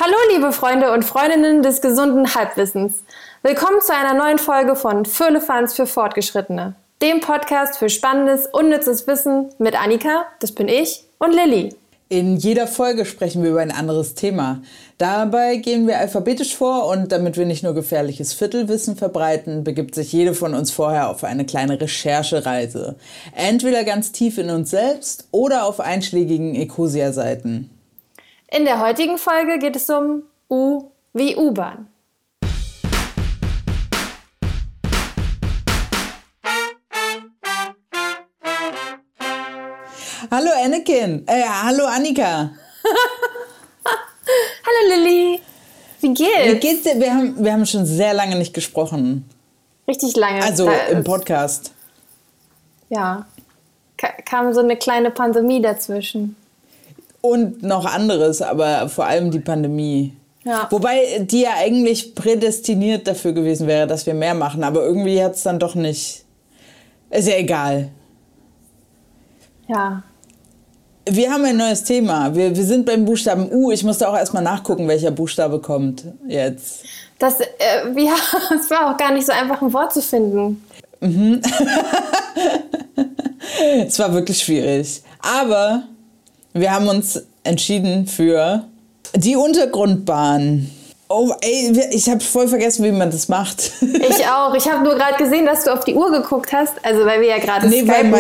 Hallo liebe Freunde und Freundinnen des gesunden Halbwissens. Willkommen zu einer neuen Folge von Firlefanz für Fortgeschrittene, dem Podcast für spannendes, unnützes Wissen mit Annika, das bin ich, und Lilly. In jeder Folge sprechen wir über ein anderes Thema. Dabei gehen wir alphabetisch vor und damit wir nicht nur gefährliches Viertelwissen verbreiten, begibt sich jede von uns vorher auf eine kleine Recherchereise. Entweder ganz tief in uns selbst oder auf einschlägigen Ecosia-Seiten. In der heutigen Folge geht es um U wie U-Bahn. Hallo Anakin, hallo Annika. Hallo Lilly, wie geht's? Wie geht's dir? Wir haben schon sehr lange nicht gesprochen. Richtig lange. Also im Podcast. Ja, kam so eine kleine Pandemie dazwischen. Und noch anderes, aber vor allem die Pandemie. Ja. Wobei die ja eigentlich prädestiniert dafür gewesen wäre, dass wir mehr machen. Aber irgendwie hat es dann doch nicht... Ist ja egal. Ja. Wir haben ein neues Thema. Wir sind beim Buchstaben U. Ich musste auch erstmal nachgucken, welcher Buchstabe kommt jetzt. Es war auch gar nicht so einfach, ein Wort zu finden. Mhm. Es war wirklich schwierig. Aber wir haben uns entschieden für die Untergrundbahn. Oh, ey, ich habe voll vergessen, wie man das macht. Ich auch. Ich habe nur gerade gesehen, dass du auf die Uhr geguckt hast. Also, weil wir ja gerade skypen.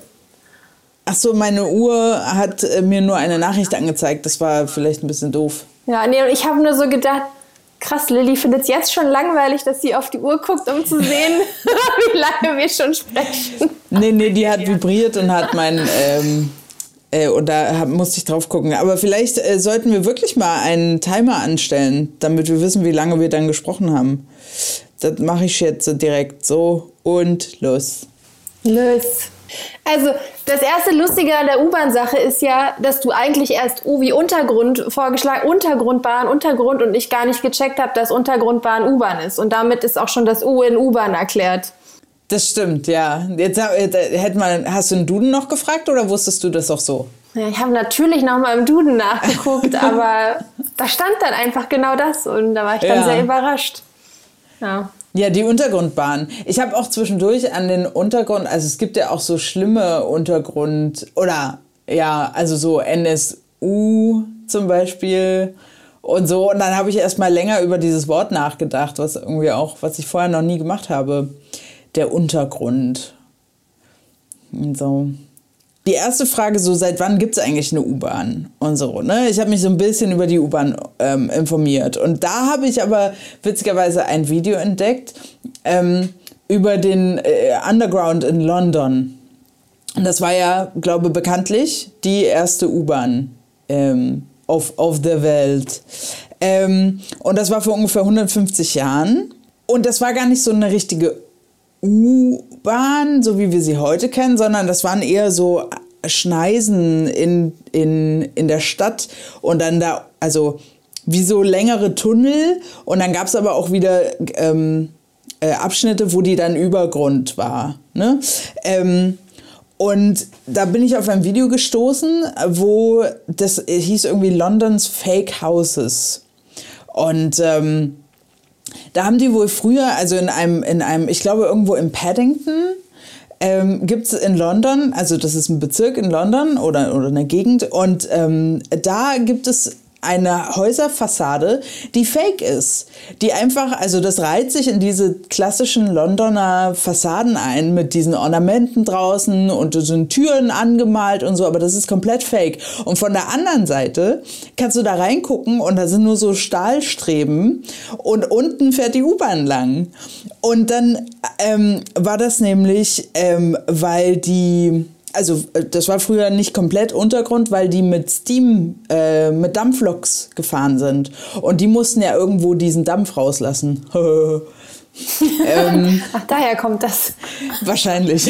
Meine Uhr hat mir nur eine Nachricht angezeigt. Das war vielleicht ein bisschen doof. Ja, nee, und ich habe nur so gedacht, krass, Lilly findet es jetzt schon langweilig, dass sie auf die Uhr guckt, um zu sehen, wie lange wir schon sprechen. Nee, die hat vibriert und hat und da musste ich drauf gucken. Aber vielleicht sollten wir wirklich mal einen Timer anstellen, damit wir wissen, wie lange wir dann gesprochen haben. Das mache ich jetzt direkt so und los. Also, das erste Lustige an der U-Bahn-Sache ist ja, dass du eigentlich erst U wie Untergrund vorgeschlagen, Untergrundbahn, Untergrund und ich gar nicht gecheckt habe, dass Untergrundbahn U-Bahn ist. Und damit ist auch schon das U in U-Bahn erklärt. Das stimmt, ja. Jetzt hast du einen Duden noch gefragt oder wusstest du das auch so? Ja, ich habe natürlich noch mal im Duden nachgeguckt, aber da stand dann einfach genau das und da war ich dann sehr überrascht. Ja. Ja, die Untergrundbahn. Ich habe auch zwischendurch an den Untergrund, also es gibt ja auch so schlimme Untergrund, oder ja, also so NSU zum Beispiel und so. Und dann habe ich erst mal länger über dieses Wort nachgedacht, was ich vorher noch nie gemacht habe. Der Untergrund. Und so. Die erste Frage, so seit wann gibt es eigentlich eine U-Bahn und so, ne? Ich habe mich so ein bisschen über die U-Bahn informiert. Und da habe ich aber witzigerweise ein Video entdeckt über den Underground in London. Und das war ja, glaube ich, bekanntlich die erste U-Bahn auf der Welt. Und das war vor ungefähr 150 Jahren. Und das war gar nicht so eine richtige U-Bahn, so wie wir sie heute kennen, sondern das waren eher so Schneisen in der Stadt und dann da, also wie so längere Tunnel und dann gab es aber auch wieder Abschnitte, wo die dann Übergrund war, ne? Und da bin ich auf ein Video gestoßen, wo das hieß irgendwie London's Fake Houses und da haben die wohl früher, also in einem, ich glaube irgendwo in Paddington, gibt es in London, also das ist ein Bezirk in London oder eine Gegend und da gibt es eine Häuserfassade, die fake ist. Die einfach, also das reiht sich in diese klassischen Londoner Fassaden ein mit diesen Ornamenten draußen und so sind Türen angemalt und so, aber das ist komplett fake. Und von der anderen Seite kannst du da reingucken und da sind nur so Stahlstreben und unten fährt die U-Bahn lang. Und dann war das nämlich, weil das war früher nicht komplett Untergrund, weil die mit Steam, mit Dampfloks gefahren sind. Und die mussten ja irgendwo diesen Dampf rauslassen. Ach, daher kommt das. Wahrscheinlich.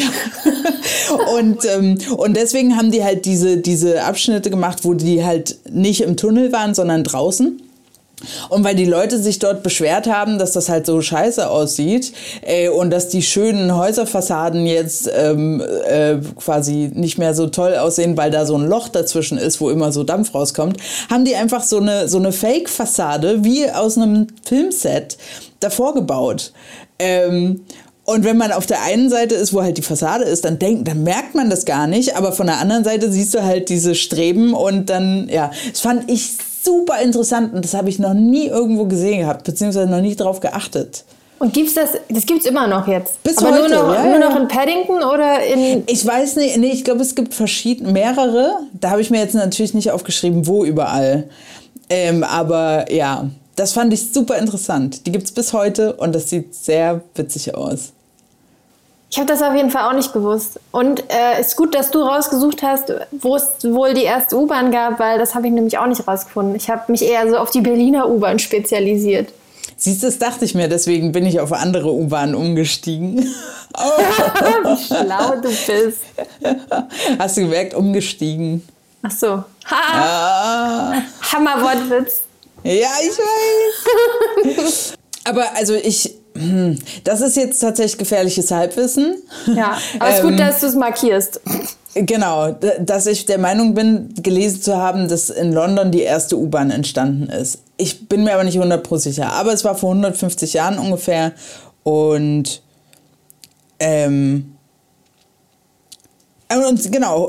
Und deswegen haben die halt diese Abschnitte gemacht, wo die halt nicht im Tunnel waren, sondern draußen. Und weil die Leute sich dort beschwert haben, dass das halt so scheiße aussieht und dass die schönen Häuserfassaden jetzt quasi nicht mehr so toll aussehen, weil da so ein Loch dazwischen ist, wo immer so Dampf rauskommt, haben die einfach so eine Fake-Fassade wie aus einem Filmset davor gebaut. Und wenn man auf der einen Seite ist, wo halt die Fassade ist, dann merkt man das gar nicht, aber von der anderen Seite siehst du halt diese Streben und dann, ja, das fand ich super interessant und das habe ich noch nie irgendwo gesehen gehabt, beziehungsweise noch nie drauf geachtet. Und gibt's das gibt's immer noch jetzt? Bis aber heute, nur noch in Paddington oder in... Ich weiß nicht, nee, ich glaube, es gibt mehrere. Da habe ich mir jetzt natürlich nicht aufgeschrieben, wo überall. Aber ja, das fand ich super interessant. Die gibt's bis heute und das sieht sehr witzig aus. Ich habe das auf jeden Fall auch nicht gewusst. Und ist gut, dass du rausgesucht hast, wo es wohl die erste U-Bahn gab, weil das habe ich nämlich auch nicht rausgefunden. Ich habe mich eher so auf die Berliner U-Bahn spezialisiert. Siehst du, das dachte ich mir, deswegen bin ich auf andere U-Bahnen umgestiegen. Wie schlau du bist. Hast du gemerkt, umgestiegen. Ach so. Hammerwortwitz. Ja, ich weiß. Aber also das ist jetzt tatsächlich gefährliches Halbwissen. Ja, aber es ist gut, dass du es markierst. Genau, dass ich der Meinung bin, gelesen zu haben, dass in London die erste U-Bahn entstanden ist. Ich bin mir aber nicht 100% sicher. Aber es war vor 150 Jahren ungefähr. Und genau,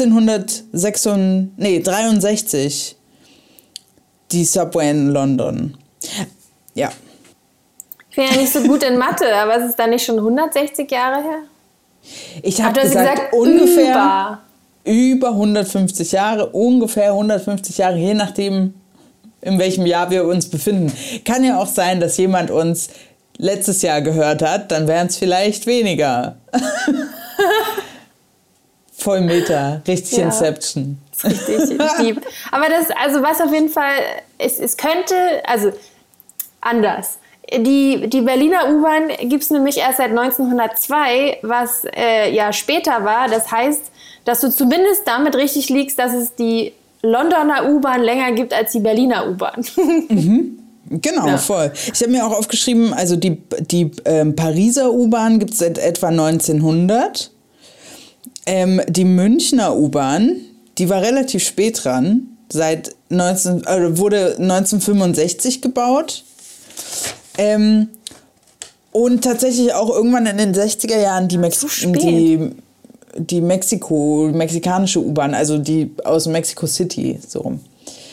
1863 die Subway in London. Ja. Ich bin ja nicht so gut in Mathe, aber es ist dann nicht schon 160 Jahre her? Ich habe gesagt, ungefähr über 150 Jahre, ungefähr 150 Jahre, je nachdem, in welchem Jahr wir uns befinden. Kann ja auch sein, dass jemand uns letztes Jahr gehört hat, dann wären es vielleicht weniger. Voll Meta, richtig ja. Inception. Das ist richtig deep. Aber also was auf jeden Fall, es könnte, also anders. Die Berliner U-Bahn gibt es nämlich erst seit 1902, was ja später war. Das heißt, dass du zumindest damit richtig liegst, dass es die Londoner U-Bahn länger gibt als die Berliner U-Bahn. Mhm. Genau, ja. Voll. Ich habe mir auch aufgeschrieben, also die Pariser U-Bahn gibt es seit etwa 1900. Die Münchner U-Bahn, die war relativ spät dran, wurde 1965 gebaut. Und tatsächlich auch irgendwann in den 60er Jahren die mexikanische U-Bahn, also die aus Mexico City, so rum.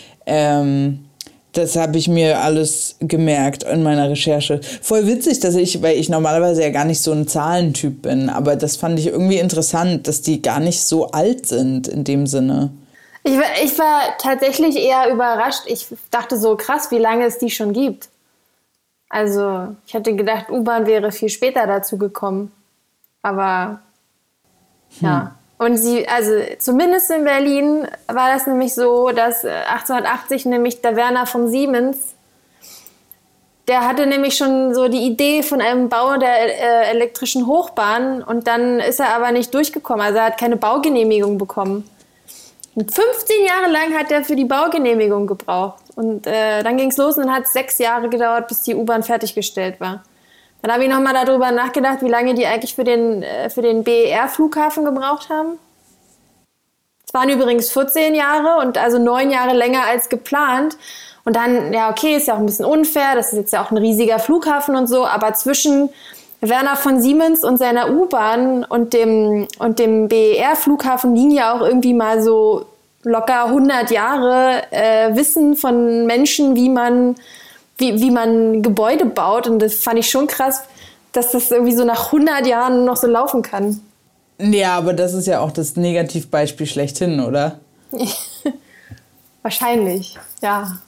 Das habe ich mir alles gemerkt in meiner Recherche. Voll witzig, weil ich normalerweise ja gar nicht so ein Zahlentyp bin, aber das fand ich irgendwie interessant, dass die gar nicht so alt sind in dem Sinne. Ich war tatsächlich eher überrascht. Ich dachte so, krass, wie lange es die schon gibt. Also, ich hätte gedacht, U-Bahn wäre viel später dazu gekommen. Aber, ja. Und also zumindest in Berlin war das nämlich so, dass 1880 nämlich der Werner von Siemens, der hatte nämlich schon so die Idee von einem Bau der elektrischen Hochbahn und dann ist er aber nicht durchgekommen. Also er hat keine Baugenehmigung bekommen. Und 15 Jahre lang hat er für die Baugenehmigung gebraucht. Und dann ging es los und dann hat es 6 Jahre gedauert, bis die U-Bahn fertiggestellt war. Dann habe ich nochmal darüber nachgedacht, wie lange die eigentlich für den BER-Flughafen gebraucht haben. Es waren übrigens 14 Jahre und also 9 Jahre länger als geplant. Und dann, ja okay, ist ja auch ein bisschen unfair, das ist jetzt ja auch ein riesiger Flughafen und so, aber zwischen Werner von Siemens und seiner U-Bahn und dem BER-Flughafen liegen ja auch irgendwie mal so locker 100 Jahre Wissen von Menschen, wie man Gebäude baut. Und das fand ich schon krass, dass das irgendwie so nach 100 Jahren noch so laufen kann. Ja, aber das ist ja auch das Negativbeispiel schlechthin, oder? Wahrscheinlich, ja.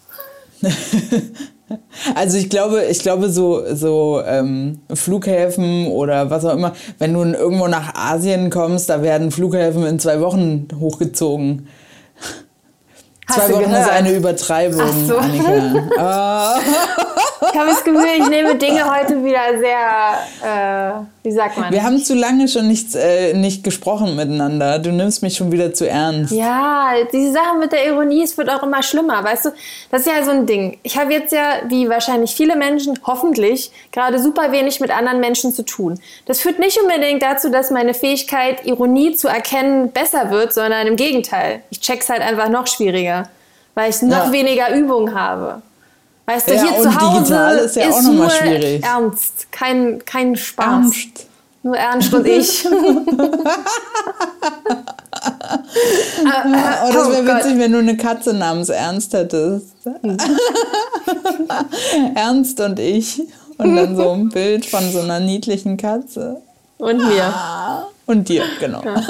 Also ich glaube so Flughäfen oder was auch immer, wenn du irgendwo nach Asien kommst, da werden Flughäfen in 2 Wochen hochgezogen. 2 Wochen gehört? Ist eine Übertreibung, ach so. Annika. Ich habe das Gefühl, ich nehme Dinge heute wieder sehr, wie sagt man? Wir haben zu lange schon nicht gesprochen miteinander. Du nimmst mich schon wieder zu ernst. Ja, diese Sache mit der Ironie, es wird auch immer schlimmer, weißt du? Das ist ja so ein Ding. Ich habe jetzt ja, wie wahrscheinlich viele Menschen, hoffentlich, gerade super wenig mit anderen Menschen zu tun. Das führt nicht unbedingt dazu, dass meine Fähigkeit, Ironie zu erkennen, besser wird, sondern im Gegenteil. Ich check's halt einfach noch schwieriger, weil ich noch weniger Übung habe. Weißt du, hier zu Hause digital ist ja auch noch mal schwierig. Ernst, kein Spaß. Ernst. Nur Ernst und ich. Das wäre witzig, wenn du eine Katze namens Ernst hättest. Ernst und ich. Und dann so ein Bild von so einer niedlichen Katze. Und mir. Und dir, genau. Ja.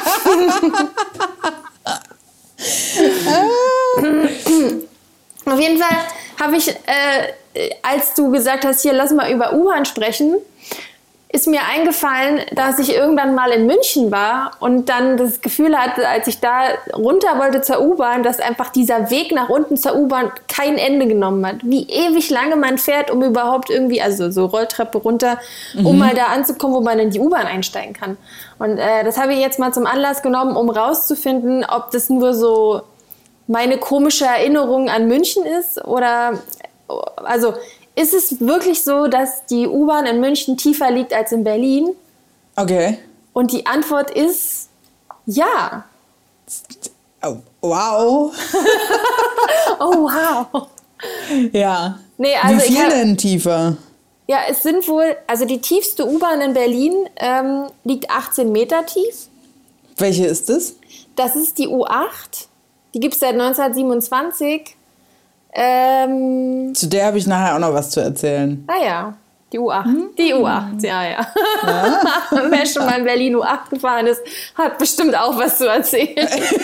Auf jeden Fall habe ich, als du gesagt hast, hier, lass mal über U-Bahn sprechen, ist mir eingefallen, dass ich irgendwann mal in München war und dann das Gefühl hatte, als ich da runter wollte zur U-Bahn, dass einfach dieser Weg nach unten zur U-Bahn kein Ende genommen hat. Wie ewig lange man fährt, um überhaupt irgendwie, also so Rolltreppe runter, um mal da anzukommen, wo man in die U-Bahn einsteigen kann. Und das habe ich jetzt mal zum Anlass genommen, um rauszufinden, ob das nur so meine komische Erinnerung an München ist oder, also ist es wirklich so, dass die U-Bahn in München tiefer liegt als in Berlin? Okay. Und die Antwort ist ja. Oh, wow. Oh, wow. Ja. Nee, also wie viel denn tiefer? Ja, es sind wohl, also die tiefste U-Bahn in Berlin liegt 18 Meter tief. Welche ist es? Das ist die U8. Die gibt es seit 1927. Zu der habe ich nachher auch noch was zu erzählen. Ah ja, die U8. Die U8, ja. Wer schon mal in Berlin U8 gefahren ist, hat bestimmt auch was zu erzählen.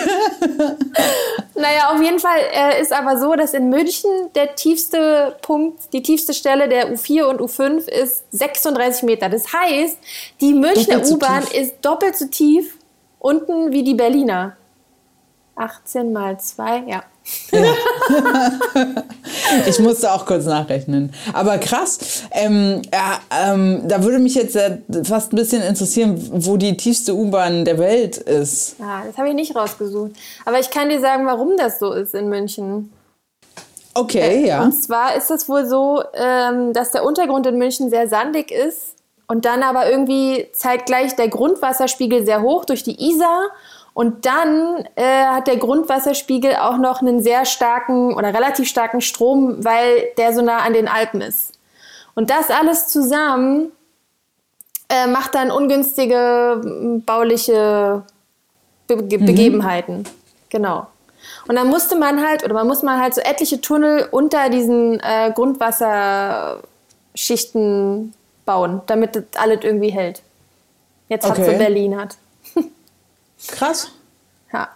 Naja, auf jeden Fall ist aber so, dass in München der tiefste Punkt, die tiefste Stelle der U4 und U5 ist 36 Meter. Das heißt, die Münchner U-Bahn ist doppelt so tief unten wie die Berliner. 18 mal 2, ja. Ich musste auch kurz nachrechnen. Aber krass, da würde mich jetzt fast ein bisschen interessieren, wo die tiefste U-Bahn der Welt ist. Ja, das habe ich nicht rausgesucht. Aber ich kann dir sagen, warum das so ist in München. Okay, ja. Und zwar ist es wohl so, dass der Untergrund in München sehr sandig ist und dann aber irgendwie zeitgleich der Grundwasserspiegel sehr hoch durch die Isar. Und dann hat der Grundwasserspiegel auch noch einen sehr starken oder relativ starken Strom, weil der so nah an den Alpen ist. Und das alles zusammen macht dann ungünstige bauliche Begebenheiten. Genau. Und dann muss man halt so etliche Tunnel unter diesen Grundwasserschichten bauen, damit das alles irgendwie hält. Jetzt hat so Berlin hat. Krass. Ja.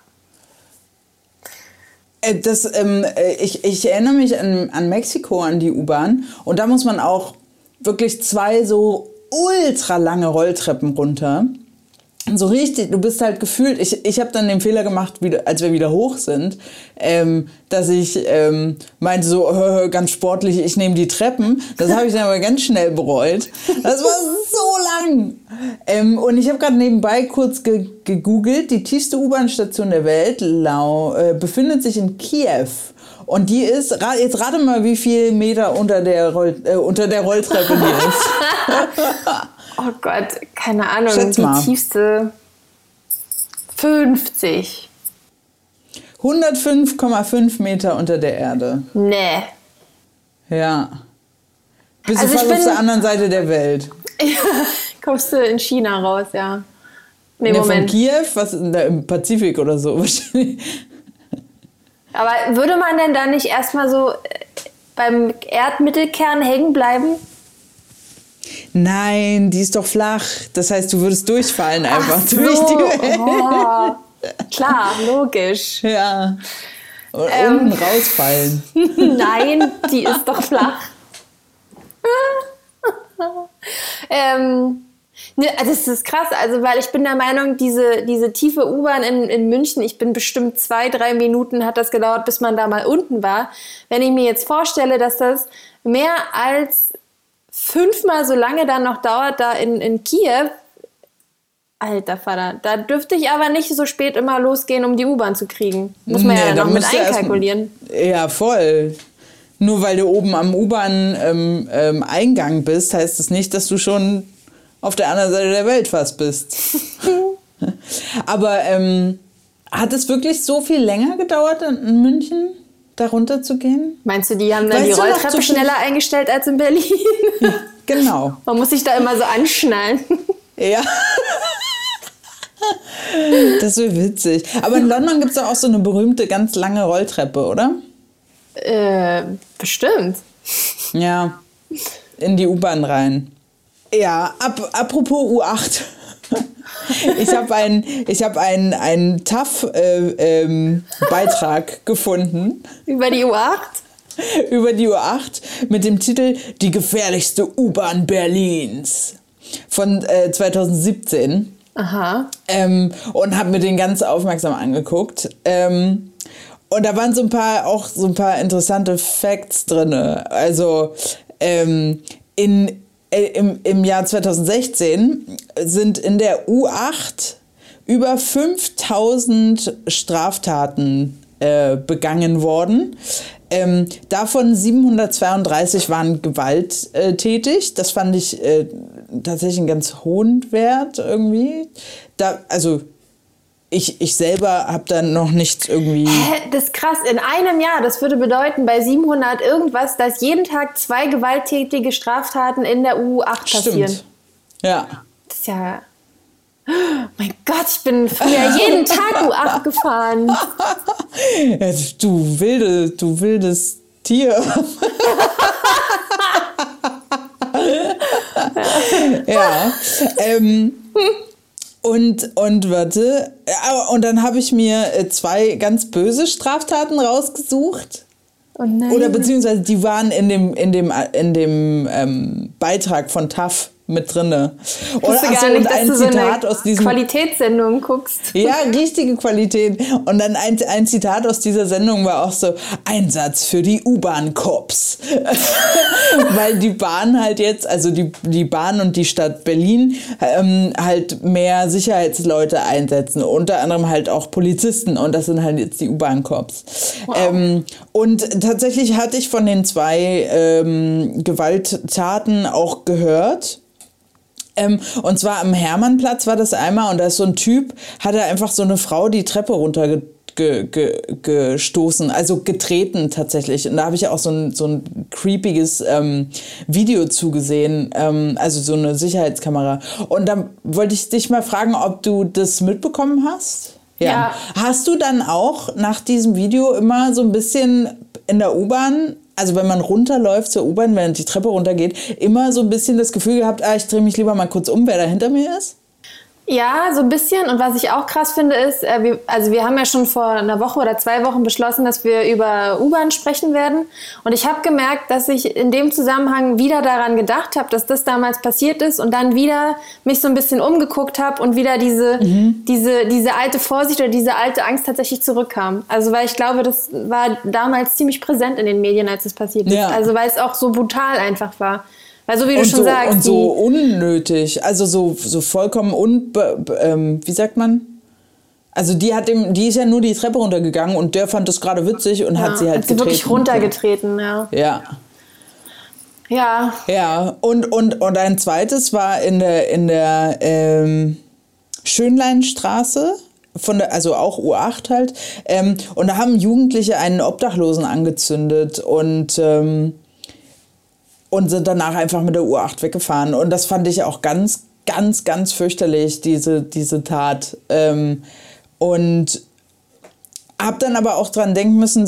Ich erinnere mich an Mexiko, an die U-Bahn. Und da muss man auch wirklich 2 so ultra lange Rolltreppen runter. So richtig, du bist halt gefühlt, ich habe dann den Fehler gemacht, als wir wieder hoch sind, dass ich meinte so, ganz sportlich, ich nehme die Treppen. Das habe ich dann aber ganz schnell bereut. Das war so lang. Und ich habe gerade nebenbei kurz gegoogelt, die tiefste U-Bahn-Station der Welt befindet sich in Kiew. Und die ist, jetzt rate mal, wie viel Meter unter der Rolltreppe die ist. Oh Gott, keine Ahnung. Schätz mal. Die tiefste 50. 105,5 Meter unter der Erde. Nee. Ja. Bist Also du fast auf der anderen Seite der Welt. Kommst du in China raus, ja. Nee, Von Moment. Kiew? Was im Pazifik oder so wahrscheinlich. Aber würde man denn da nicht erstmal so beim Erdmittelkern hängen bleiben? Nein, die ist doch flach. Das heißt, du würdest durchfallen einfach so. durch die Welt. Oh, klar, logisch. Ja. Und unten rausfallen. Nein, die ist doch flach. Ne, also das ist krass, also weil ich bin der Meinung, diese tiefe U-Bahn in München, ich bin bestimmt 2-3 Minuten hat das gedauert, bis man da mal unten war. Wenn ich mir jetzt vorstelle, dass das mehr als 5-mal so lange dann noch dauert da in Kiew, alter Vater, da dürfte ich aber nicht so spät immer losgehen, um die U-Bahn zu kriegen. Muss man ja noch mit einkalkulieren. Ja, voll. Nur weil du oben am U-Bahn-Eingang bist, heißt es nicht, dass du schon auf der anderen Seite der Welt fast bist. Aber hat es wirklich so viel länger gedauert in München, da runter zu gehen? Meinst du, die haben dann die Rolltreppe schneller eingestellt als in Berlin? Ja, genau. Man muss sich da immer so anschnallen. Ja. Das wäre witzig. Aber in London gibt es doch auch so eine berühmte, ganz lange Rolltreppe, oder? Bestimmt. Ja, in die U-Bahn rein. Ja, apropos U8. Ich habe einen TAF-Beitrag gefunden. Über die U8? Über die U8 mit dem Titel Die gefährlichste U-Bahn Berlins von 2017. Aha. Und habe mir den ganz aufmerksam angeguckt. Und da waren so ein paar interessante Facts drin. Also im Jahr 2016 sind in der U8 über 5000 Straftaten begangen worden. Davon 732 waren gewalttätig. Das fand ich tatsächlich einen ganz hohen Wert irgendwie. Ich selber habe da noch nichts irgendwie... Das ist krass. In einem Jahr, das würde bedeuten, bei 700 irgendwas, dass jeden Tag 2 gewalttätige Straftaten in der U8 passieren. Stimmt. Ja. Das ist ja... Oh mein Gott, ich bin früher jeden Tag U8 gefahren. Ja, du wildes Tier. Ja. Und warte, und dann habe ich mir 2 ganz böse Straftaten rausgesucht. Oh nein. Oder beziehungsweise die waren in dem Beitrag von TAF mit drinne. Oder gar nicht, dass du Zitat so aus diesem Qualitätssendung guckst. Ja, richtige Qualität. Und dann ein Zitat aus dieser Sendung war auch so: Einsatz für die U-Bahn-Cops. Weil die Bahn halt jetzt, also die Bahn und die Stadt Berlin halt mehr Sicherheitsleute einsetzen. Unter anderem halt auch Polizisten. Und das sind halt jetzt die U-Bahn-Cops. Wow. Und tatsächlich hatte ich von den 2 Gewalttaten auch gehört. Und zwar am Hermannplatz war das einmal, und da ist so ein Typ, hat er einfach so eine Frau die Treppe runtergestoßen, also getreten tatsächlich. Und da habe ich ja auch so ein creepiges Video zugesehen, also so eine Sicherheitskamera. Und dann wollte ich dich mal fragen, ob du das mitbekommen hast? Ja. Hast du dann auch nach diesem Video immer so ein bisschen in der U-Bahn, also wenn man runterläuft zur U-Bahn, wenn die Treppe runtergeht, immer so ein bisschen das Gefühl gehabt, ich drehe mich lieber mal kurz um, wer da hinter mir ist? Ja, so ein bisschen. Und was ich auch krass finde, ist, wir haben ja schon vor einer Woche oder 2 Wochen beschlossen, dass wir über U-Bahn sprechen werden. Und ich habe gemerkt, dass ich in dem Zusammenhang wieder daran gedacht habe, dass das damals passiert ist, und dann wieder mich so ein bisschen umgeguckt habe und wieder diese alte Vorsicht oder diese alte Angst tatsächlich zurückkam. Also weil ich glaube, das war damals ziemlich präsent in den Medien, als es passiert ist. Also weil es auch so brutal einfach war. Weil so wie du schon sagst. Und so unnötig, also so vollkommen wie sagt man? Also die ist ja nur die Treppe runtergegangen und der fand das gerade witzig und hat sie halt getreten. Wirklich runtergetreten, ja. Ja. Ja. Ja, und ein zweites war in der Schönleinstraße, also auch U8 halt. Und da haben Jugendliche einen Obdachlosen angezündet und sind danach einfach mit der U8 weggefahren. Und das fand ich auch ganz, ganz, ganz fürchterlich, diese Tat. Und habe dann aber auch dran denken müssen,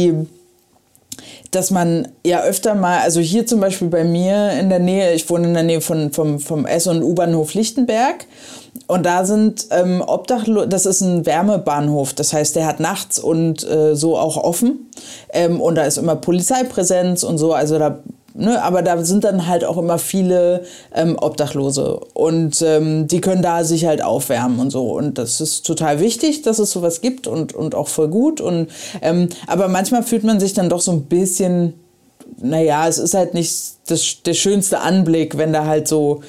dass man ja öfter mal, also hier zum Beispiel bei mir in der Nähe, ich wohne in der Nähe vom S- und U-Bahnhof Lichtenberg, und da sind das ist ein Wärmebahnhof, das heißt, der hat nachts und so auch offen, und da ist immer Polizeipräsenz und so, also da ne, aber da sind dann halt auch immer viele Obdachlose und die können da sich halt aufwärmen und so. Und das ist total wichtig, dass es sowas gibt und auch voll gut. Und, aber manchmal fühlt man sich dann doch so ein bisschen, naja, es ist halt nicht der schönste Anblick, wenn da halt so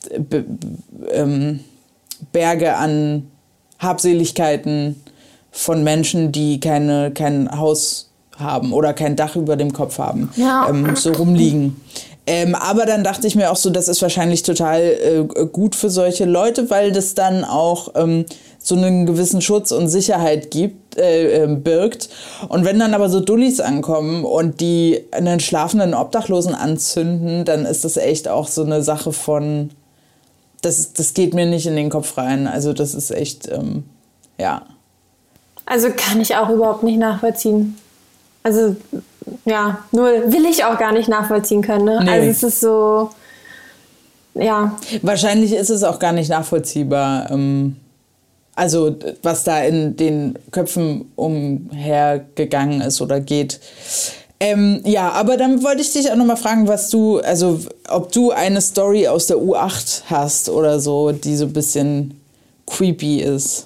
Berge an Habseligkeiten von Menschen, die kein Haus haben oder kein Dach über dem Kopf haben, so rumliegen. Aber dann dachte ich mir auch so, das ist wahrscheinlich total gut für solche Leute, weil das dann auch so einen gewissen Schutz und Sicherheit birgt. Und wenn dann aber so Dullis ankommen und die einen schlafenden Obdachlosen anzünden, dann ist das echt auch so eine Sache von, das geht mir nicht in den Kopf rein. Also das ist echt, ja. Also kann ich auch überhaupt nicht nachvollziehen. Also, ja, nur will ich auch gar nicht nachvollziehen können. Ne? Nee. Also es ist so, ja. Wahrscheinlich ist es auch gar nicht nachvollziehbar, also was da in den Köpfen umhergegangen ist oder geht. Ja, aber dann wollte ich dich auch nochmal fragen, ob du eine Story aus der U8 hast oder so, die so ein bisschen creepy ist.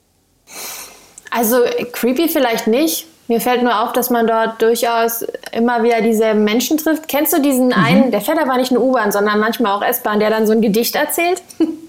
Also creepy vielleicht nicht. Mir fällt nur auf, dass man dort durchaus immer wieder dieselben Menschen trifft. Kennst du diesen einen, der fährt aber nicht eine U-Bahn, sondern manchmal auch S-Bahn, der dann so ein Gedicht erzählt?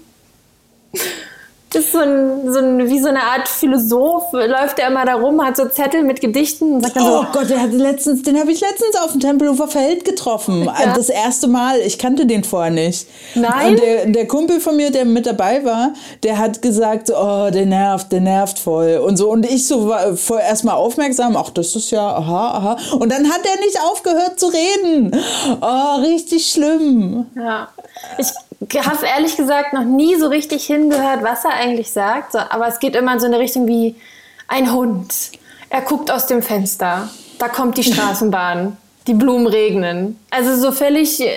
Das ist wie so eine Art Philosoph, läuft er immer da rum, hat so Zettel mit Gedichten und sagt dann so... Oh Gott, den habe ich letztens auf dem Tempelhofer Feld getroffen. Ja. Das erste Mal. Ich kannte den vorher nicht. Nein? Und der Kumpel von mir, der mit dabei war, der hat gesagt, oh, der nervt voll. Und so. Und ich so war erstmal aufmerksam, ach, das ist ja, aha. Und dann hat er nicht aufgehört zu reden. Oh, richtig schlimm. Ja, ich habe ehrlich gesagt noch nie so richtig hingehört, was er eigentlich sagt. So, aber es geht immer in so eine Richtung wie ein Hund. Er guckt aus dem Fenster. Da kommt die Straßenbahn. Die Blumen regnen. Also so völlig... Ja.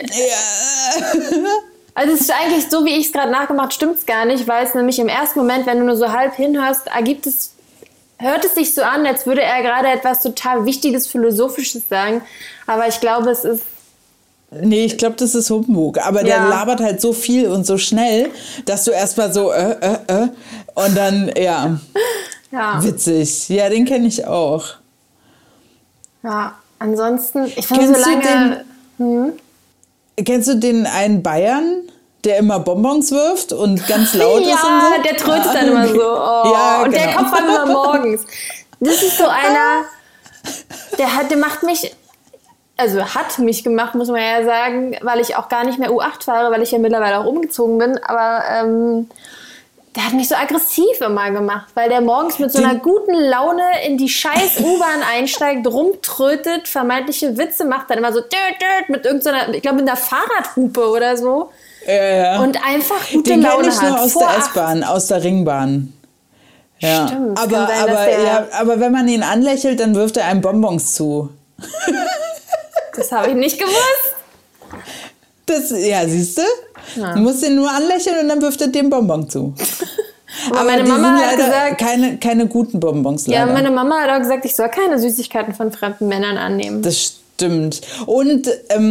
Also es ist eigentlich so, wie ich es gerade nachgemacht, stimmt es gar nicht, weil es nämlich im ersten Moment, wenn du nur so halb hinhörst, hört es sich so an, als würde er gerade etwas total Wichtiges, Philosophisches sagen. Aber ich glaube, es ist... Nee, ich glaube, das ist Humbug. Aber der labert halt so viel und so schnell, dass du erstmal so und dann, ja. Witzig. Ja, den kenne ich auch. Ja, ansonsten, ich finde so lange... Kennst du den einen Bayern, der immer Bonbons wirft und ganz laut ist und so? Ja, der trötet dann immer so. Oh. Ja, und genau. Der kommt dann immer morgens. Das ist so einer, der macht mich... Also hat mich gemacht, muss man ja sagen, weil ich auch gar nicht mehr U8 fahre, weil ich ja mittlerweile auch umgezogen bin. Aber der hat mich so aggressiv immer gemacht, weil der morgens mit so einer guten Laune in die scheiß U-Bahn einsteigt, rumtrötet, vermeintliche Witze macht, dann immer so mit irgendeiner, ich glaube mit einer Fahrradhupe oder so. Ja. Und einfach gute Laune hat. Den kenne ich nur aus der S-Bahn, aus der Ringbahn. Ja. Stimmt. Aber wenn man ihn anlächelt, dann wirft er einem Bonbons zu. Das habe ich nicht gewusst. Ja, siehst du? Ja. Du musst ihn nur anlächeln und dann wirft er dir einen Bonbon zu. Aber meine Mama hat gesagt... Keine guten Bonbons leider. Ja, meine Mama hat auch gesagt, ich soll keine Süßigkeiten von fremden Männern annehmen. Das stimmt. Und,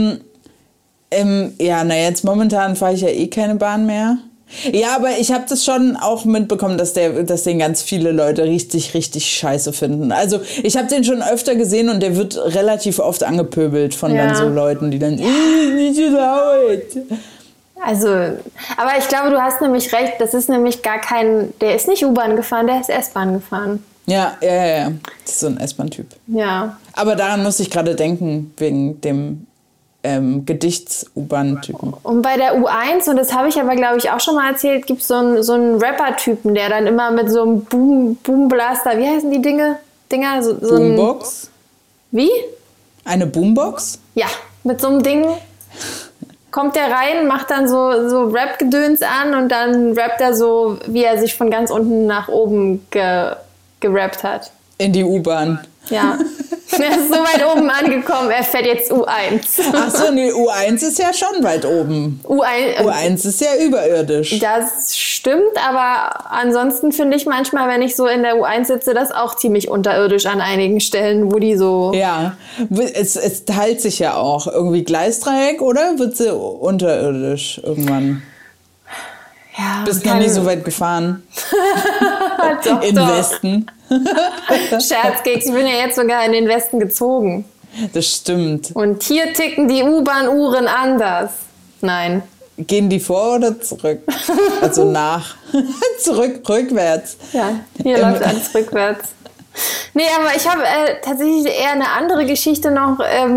jetzt momentan fahre ich ja eh keine Bahn mehr. Ja, aber ich habe das schon auch mitbekommen, dass den ganz viele Leute richtig, richtig scheiße finden. Also ich habe den schon öfter gesehen und der wird relativ oft angepöbelt von dann so Leuten, die dann nicht so laut. Also, aber ich glaube, du hast nämlich recht, das ist nämlich der ist nicht U-Bahn gefahren, der ist S-Bahn gefahren. Ja. Das ist so ein S-Bahn-Typ. Ja. Aber daran musste ich gerade denken, wegen dem Gedichts-U-Bahn-Typen. Und bei der U1, und das habe ich aber, glaube ich, auch schon mal erzählt, gibt es so einen Rapper-Typen, der dann immer mit so einem Boomblaster, wie heißen die Dinger? So Boombox? Wie? Eine Boombox? Ja, mit so einem Ding kommt der rein, macht dann so Rap-Gedöns an und dann rappt er so, wie er sich von ganz unten nach oben gerappt hat. In die U-Bahn. Ja. Er ist so weit oben angekommen, er fährt jetzt U1. Ach so, nee, U1 ist ja schon weit oben. U1 ist ja überirdisch. Das stimmt, aber ansonsten finde ich manchmal, wenn ich so in der U1 sitze, das auch ziemlich unterirdisch an einigen Stellen, wo die so... Ja, es teilt sich ja auch. Irgendwie Gleisdreieck, oder? Wird sie unterirdisch irgendwann? Ja, bist noch nie so weit gefahren. Doch, Im Westen. Scherzkeks, ich bin ja jetzt sogar in den Westen gezogen. Das stimmt. Und hier ticken die U-Bahn-Uhren anders. Nein. Gehen die vor oder zurück? Also nach. Rückwärts. Ja, hier läuft alles rückwärts. Nee, aber ich habe tatsächlich eher eine andere Geschichte noch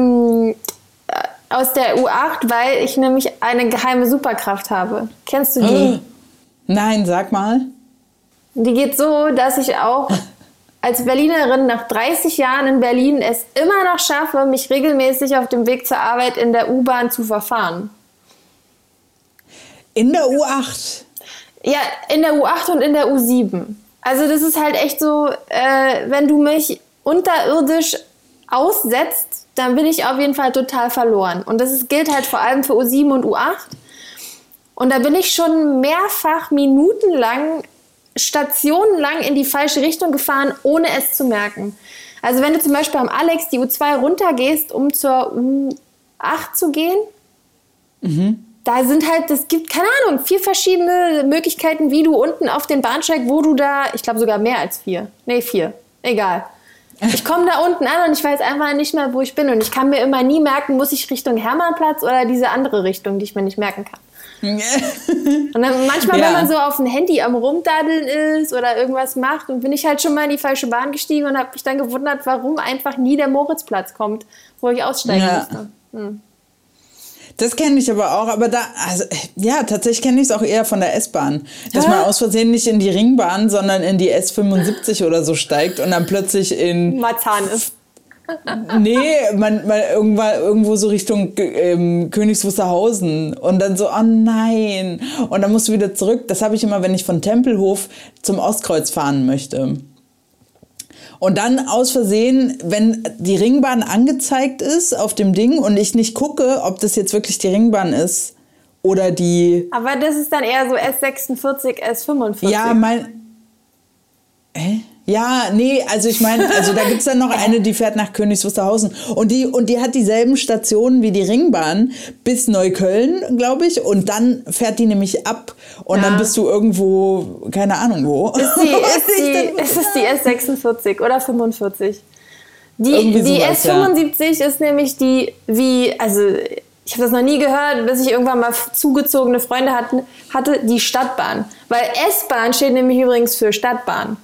aus der U8, weil ich nämlich eine geheime Superkraft habe. Kennst du die? Nein, sag mal. Die geht so, dass ich auch als Berlinerin nach 30 Jahren in Berlin es immer noch schaffe, mich regelmäßig auf dem Weg zur Arbeit in der U-Bahn zu verfahren. In der U8? Ja, in der U8 und in der U7. Also das ist halt echt so, wenn du mich unterirdisch aussetzt, dann bin ich auf jeden Fall total verloren. Und gilt halt vor allem für U7 und U8. Und da bin ich schon mehrfach minutenlang, stationenlang in die falsche Richtung gefahren, ohne es zu merken. Also wenn du zum Beispiel am Alex die U2 runtergehst, um zur U8 zu gehen, da sind halt, es gibt, keine Ahnung, 4 verschiedene Möglichkeiten, wie du unten auf den Bahnsteig, wo du da, ich glaube sogar mehr als 4, 4, egal. Ich komme da unten an und ich weiß einfach nicht mehr, wo ich bin. Und ich kann mir immer nie merken, muss ich Richtung Hermannplatz oder diese andere Richtung, die ich mir nicht merken kann. Und dann manchmal, wenn man so auf dem Handy am Rumdaddeln ist oder irgendwas macht, und bin ich halt schon mal in die falsche Bahn gestiegen und habe mich dann gewundert, warum einfach nie der Moritzplatz kommt, wo ich aussteigen musste. Das kenne ich aber auch, aber tatsächlich kenne ich es auch eher von der S-Bahn. Dass man aus Versehen nicht in die Ringbahn, sondern in die S75 oder so steigt und dann plötzlich in... Marzahn ist. Nee, man irgendwo so Richtung Königs Wusterhausen und dann so, oh nein. Und dann musst du wieder zurück. Das habe ich immer, wenn ich von Tempelhof zum Ostkreuz fahren möchte. Und dann aus Versehen, wenn die Ringbahn angezeigt ist auf dem Ding und ich nicht gucke, ob das jetzt wirklich die Ringbahn ist oder die... Aber das ist dann eher so S46, S45. Ja, Ja, nee, also ich meine, da gibt es dann noch eine, die fährt nach Königs Wusterhausen. Und die hat dieselben Stationen wie die Ringbahn bis Neukölln, glaube ich. Und dann fährt die nämlich ab. Und dann bist du irgendwo, keine Ahnung wo. Es ist die S46 oder 45. Die S75 ist nämlich die, ich habe das noch nie gehört, bis ich irgendwann mal zugezogene Freunde hatte, die Stadtbahn. Weil S-Bahn steht nämlich übrigens für Stadtbahn.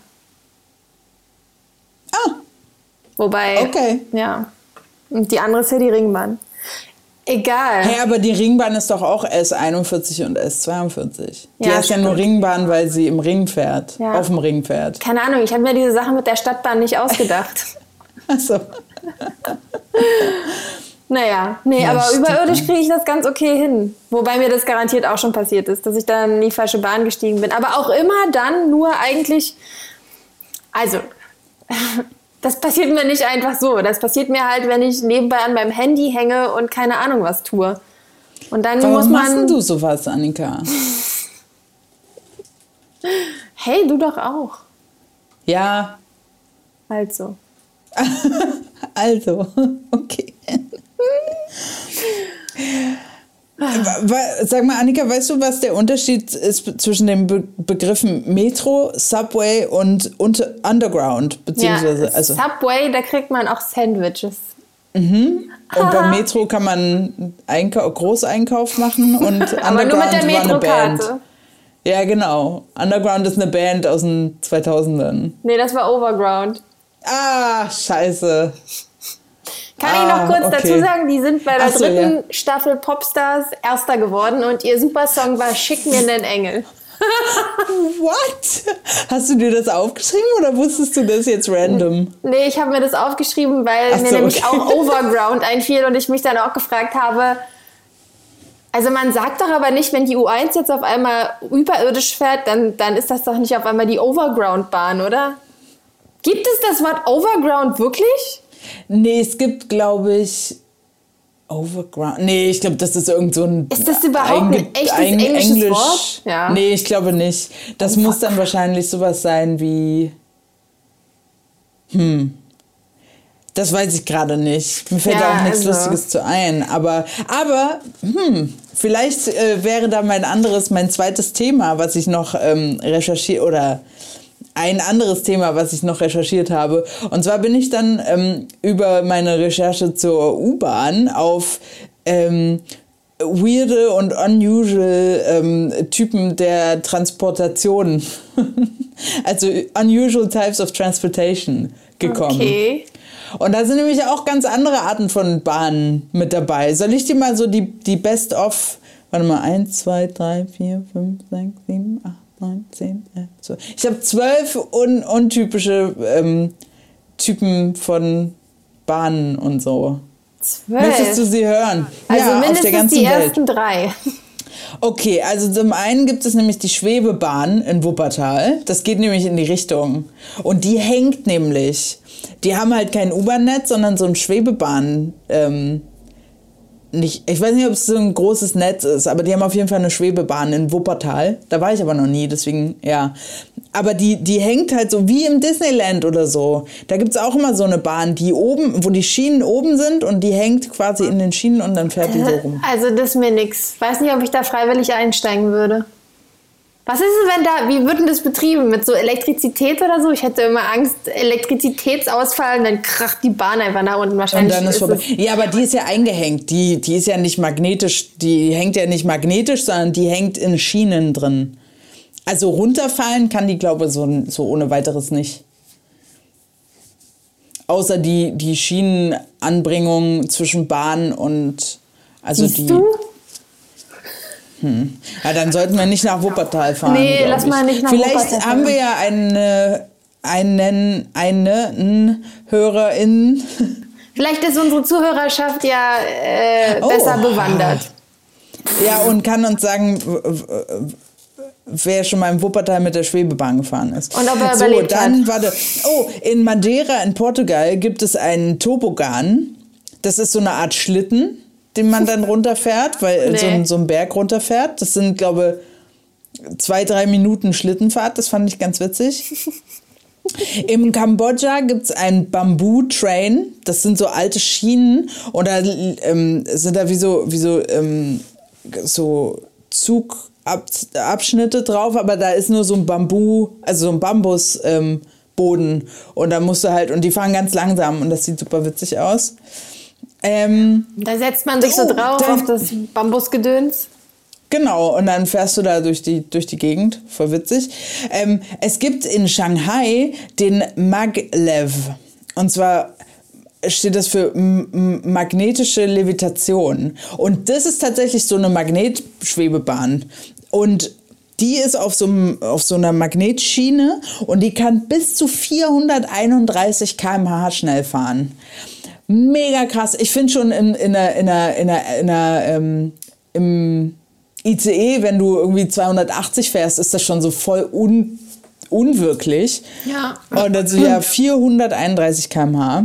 Wobei, ja. Und die andere ist ja die Ringbahn. Egal. Hey, aber die Ringbahn ist doch auch S41 und S42. Die ist ja nur Ringbahn, weil sie im Ring fährt, auf dem Ring fährt. Keine Ahnung, ich habe mir diese Sache mit der Stadtbahn nicht ausgedacht. Ach so. Naja, aber überirdisch kriege ich das ganz okay hin. Wobei mir das garantiert auch schon passiert ist, dass ich dann in die falsche Bahn gestiegen bin. Aber auch immer dann nur eigentlich, das passiert mir nicht einfach so. Das passiert mir halt, wenn ich nebenbei an meinem Handy hänge und keine Ahnung was tue. Und dann Warum machst denn du sowas, Annika? Hey, du doch auch. Ja. Also, okay. Sag mal, Annika, weißt du, was der Unterschied ist zwischen den Begriffen Metro, Subway und Underground? Beziehungsweise, Subway, da kriegt man auch Sandwiches. Und beim Metro kann man Großeinkauf machen und Underground aber nur mit der Metrokarte. Ja, genau. Underground ist eine Band aus den 2000ern. Nee, das war Overground. Ah, scheiße. Kann ich noch kurz dazu sagen, die sind bei der dritten Staffel Popstars Erster geworden und ihr Supersong war Schick mir nen Engel. What? Hast du dir das aufgeschrieben oder wusstest du das jetzt random? Nee, ich habe mir das aufgeschrieben, weil mir nämlich auch Overground einfiel und ich mich dann auch gefragt habe, also man sagt doch aber nicht, wenn die U1 jetzt auf einmal überirdisch fährt, dann ist das doch nicht auf einmal die Overground-Bahn, oder? Gibt es das Wort Overground wirklich? Nee, es gibt, glaube ich, Overground. Nee, ich glaube, das ist irgend so ein... Ist das überhaupt ein echtes englisches Wort? Ja. Nee, ich glaube nicht. Das muss dann wahrscheinlich sowas sein wie... Das weiß ich gerade nicht. Mir fällt da auch nichts Lustiges zu ein. Aber vielleicht wäre da mein zweites Thema, was ich noch recherchiert, oder ein anderes Thema, was ich noch recherchiert habe. Und zwar bin ich dann über meine Recherche zur U-Bahn auf weirde und unusual Typen der Transportation, also unusual types of transportation gekommen. Okay. Und da sind nämlich auch ganz andere Arten von Bahnen mit dabei. Soll ich dir mal so die Best of, warte mal, 1, 2, 3, 4, 5, 6, 7, 8, 9, 10, 11, 12. Ich habe 12 untypische Typen von Bahnen und so. 12? Möchtest du sie hören? Also ja, mindestens auf der ganzen die Welt. Ersten 3. Okay, also zum einen gibt es nämlich die Schwebebahn in Wuppertal. Das geht nämlich in die Richtung. Und die hängt nämlich. Die haben halt kein U-Bahn-Netz, sondern so ein Schwebebahn. Ich weiß nicht, ob es so ein großes Netz ist, aber die haben auf jeden Fall eine Schwebebahn in Wuppertal. Da war ich aber noch nie, deswegen, ja. Aber die hängt halt so wie im Disneyland oder so. Da gibt es auch immer so eine Bahn, die oben, wo die Schienen oben sind und die hängt quasi in den Schienen und dann fährt die so rum. Also das ist mir nix. Weiß nicht, ob ich da freiwillig einsteigen würde. Was ist es, wenn da, wie wird denn das betrieben? Mit so Elektrizität oder so? Ich hätte immer Angst, Elektrizitätsausfall und dann kracht die Bahn einfach nach unten. Wahrscheinlich und dann ist vorbei. Ja, aber die ist ja eingehängt. Die ist ja nicht magnetisch, die hängt ja nicht magnetisch, sondern die hängt in Schienen drin. Also runterfallen kann die, glaube ich, so ohne weiteres nicht. Außer die Schienenanbringung zwischen Bahn und... Also Siehst du? Ja, dann sollten wir nicht nach Wuppertal fahren. Nee, lass mal nicht nach Wuppertal fahren. Vielleicht haben wir ja eine Hörerin. Vielleicht ist unsere Zuhörerschaft ja besser bewandert. Ja, und kann uns sagen, wer schon mal in Wuppertal mit der Schwebebahn gefahren ist. Und ob er überlebt hat. Warte. Oh, in Madeira in Portugal gibt es einen Tobogan. Das ist so eine Art Schlitten, den man dann runterfährt, weil so ein Berg runterfährt. Das sind, glaube ich, 2-3 Minuten Schlittenfahrt. Das fand ich ganz witzig. Im Kambodscha gibt es ein Bamboo-Train. Das sind so alte Schienen. Und da sind da wie so Zugabschnitte drauf. Aber da ist nur so ein Bambusboden. Und da musst du halt, und die fahren ganz langsam. Und das sieht super witzig aus. Da setzt man sich so drauf auf das Bambusgedöns. Genau, und dann fährst du da durch die Gegend. Voll witzig. Es gibt in Shanghai den Maglev. Und zwar steht das für magnetische Levitation. Und das ist tatsächlich so eine Magnetschwebebahn. Und die ist auf so einer Magnetschiene und die kann bis zu 431 km/h schnell fahren. Mega krass. Ich finde schon im ICE, wenn du irgendwie 280 fährst, ist das schon so voll unwirklich. Ja. Und also 431 km/h.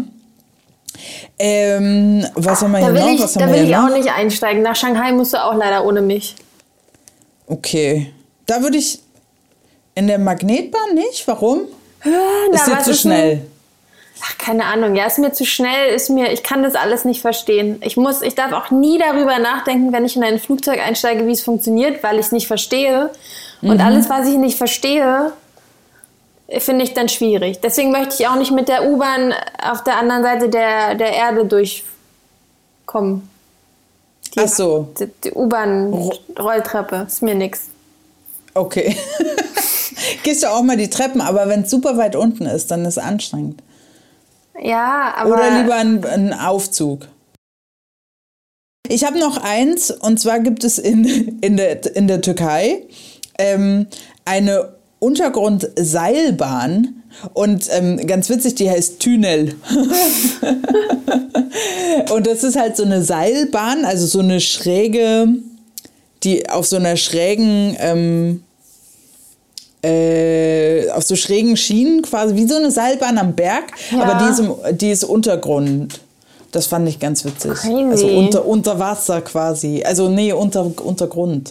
Was haben wir hier noch? Da will ich auch nicht einsteigen. Nach Shanghai musst du auch leider ohne mich. Okay. Da würde ich in der Magnetbahn nicht. Warum? Ist dir zu schnell? Ach, keine Ahnung. Ja, ist mir zu schnell. Ich kann das alles nicht verstehen. Ich darf auch nie darüber nachdenken, wenn ich in ein Flugzeug einsteige, wie es funktioniert, weil ich es nicht verstehe. Und alles, was ich nicht verstehe, finde ich dann schwierig. Deswegen möchte ich auch nicht mit der U-Bahn auf der anderen Seite der Erde durchkommen. Ach so. Die U-Bahn-Rolltreppe ist mir nix. Okay. Gehst du auch mal die Treppen, aber wenn es super weit unten ist, dann ist es anstrengend. Ja, aber... Oder lieber ein Aufzug. Ich habe noch eins, und zwar gibt es in der Türkei eine Untergrundseilbahn und ganz witzig, die heißt Tünel. Und das ist halt so eine Seilbahn, also so eine schräge, die auf so einer schrägen auf so schrägen Schienen quasi, wie so eine Seilbahn am Berg, aber die ist Untergrund. Das fand ich ganz witzig. Crazy. Also unter Wasser quasi. Also nee, Untergrund.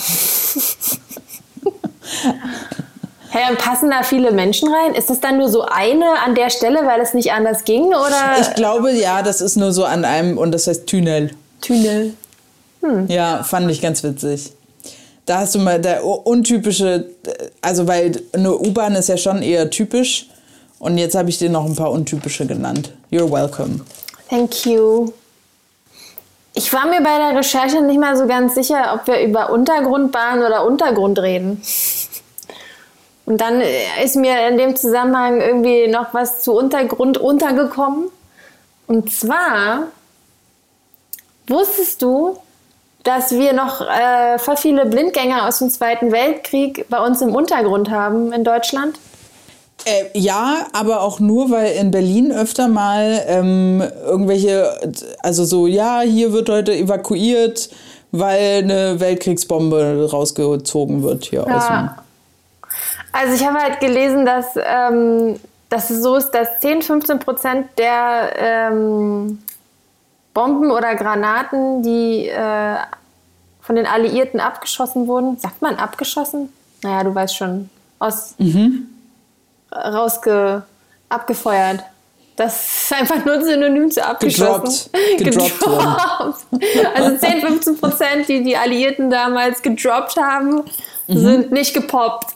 Hey, und passen da viele Menschen rein? Ist das dann nur so eine an der Stelle, weil es nicht anders ging? Oder? Ich glaube, ja, das ist nur so an einem, und das heißt Tunnel. Tunnel. Ja, fand ich ganz witzig. Da hast du mal der untypische, also weil eine U-Bahn ist ja schon eher typisch, und jetzt habe ich dir noch ein paar untypische genannt. You're welcome. Thank you. Ich war mir bei der Recherche nicht mal so ganz sicher, ob wir über Untergrundbahn oder Untergrund reden. Und dann ist mir in dem Zusammenhang irgendwie noch was zu Untergrund untergekommen. Und zwar, wusstest du, dass wir noch voll viele Blindgänger aus dem Zweiten Weltkrieg bei uns im Untergrund haben in Deutschland? Ja, aber auch nur, weil in Berlin öfter mal irgendwelche, also so, ja, hier wird heute evakuiert, weil eine Weltkriegsbombe rausgezogen wird hier aus dem... Also ich habe halt gelesen, dass es so ist, dass 10-15% der Bomben oder Granaten, die von den Alliierten abgeschossen wurden, sagt man abgeschossen? Naja, du weißt schon, abgefeuert. Das ist einfach nur ein Synonym zu abgeschossen. Gedroppt worden. Also 10-15%, die die Alliierten damals gedroppt haben, sind nicht gepoppt.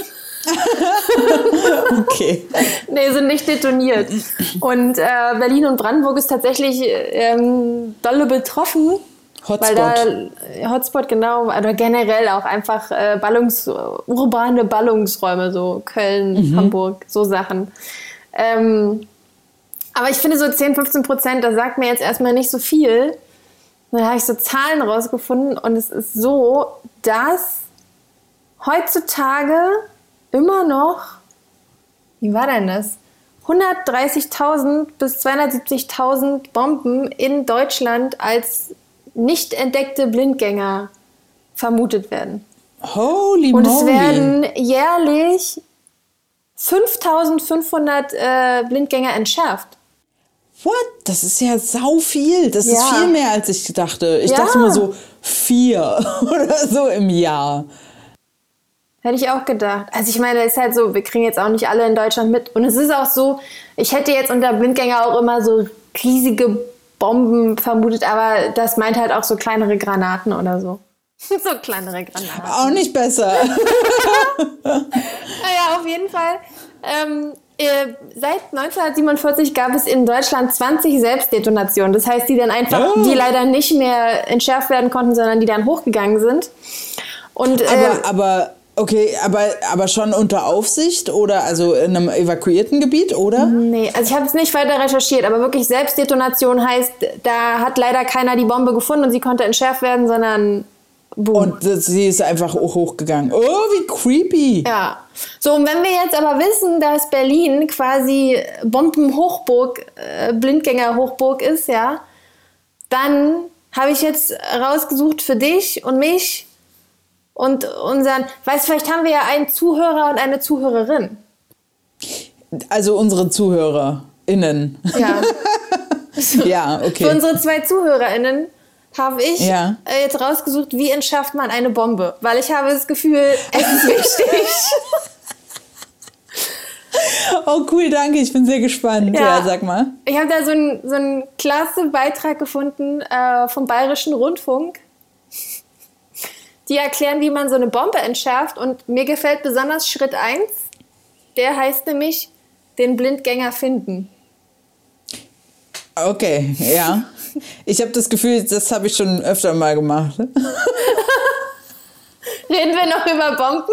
Okay. Nee, sind nicht detoniert. Und Berlin und Brandenburg ist tatsächlich dolle betroffen. Hotspot. Weil da Hotspot, genau, oder generell auch einfach urbane Ballungsräume, so Köln, Hamburg, so Sachen. Aber ich finde so 10-15%, das sagt mir jetzt erstmal nicht so viel. Dann habe ich so Zahlen rausgefunden, und es ist so, dass heutzutage immer noch, wie war denn das? 130.000 bis 270.000 Bomben in Deutschland als nicht entdeckte Blindgänger vermutet werden. Holy moly. Und es werden jährlich 5.500 Blindgänger entschärft. What? Das ist ja sau viel. Das ist viel mehr, als ich dachte. Ich dachte immer so 4 oder so im Jahr. Hätte ich auch gedacht. Also ich meine, es ist halt so, wir kriegen jetzt auch nicht alle in Deutschland mit. Und es ist auch so, ich hätte jetzt unter Blindgänger auch immer so riesige Bomben vermutet, aber das meint halt auch so kleinere Granaten oder so. So kleinere Granaten. Auch nicht besser. Naja, auf jeden Fall. Seit 1947 gab es in Deutschland 20 Selbstdetonationen. Das heißt, die dann einfach, die leider nicht mehr entschärft werden konnten, sondern die dann hochgegangen sind. Und, aber schon unter Aufsicht oder also in einem evakuierten Gebiet, oder? Nee, also ich habe es nicht weiter recherchiert, aber wirklich Selbstdetonation heißt, da hat leider keiner die Bombe gefunden und sie konnte entschärft werden, sondern boom. Und sie ist einfach hochgegangen. Oh, wie creepy. Ja. So, und wenn wir jetzt aber wissen, dass Berlin quasi Bombenhochburg, Blindgängerhochburg ist, ja, dann habe ich jetzt rausgesucht für dich und mich und vielleicht haben wir ja einen Zuhörer und eine Zuhörerin. Also unsere ZuhörerInnen. Ja. Ja, okay. Für unsere 2 ZuhörerInnen habe ich jetzt rausgesucht, wie entschärft man eine Bombe. Weil ich habe das Gefühl, es ist wichtig. Oh cool, danke, ich bin sehr gespannt. Ja, sag mal. Ich habe da so einen klasse Beitrag gefunden vom Bayerischen Rundfunk. Die erklären, wie man so eine Bombe entschärft, und mir gefällt besonders Schritt 1. Der heißt nämlich, den Blindgänger finden. Okay, ja. Ich habe das Gefühl, das habe ich schon öfter mal gemacht. Reden wir noch über Bomben?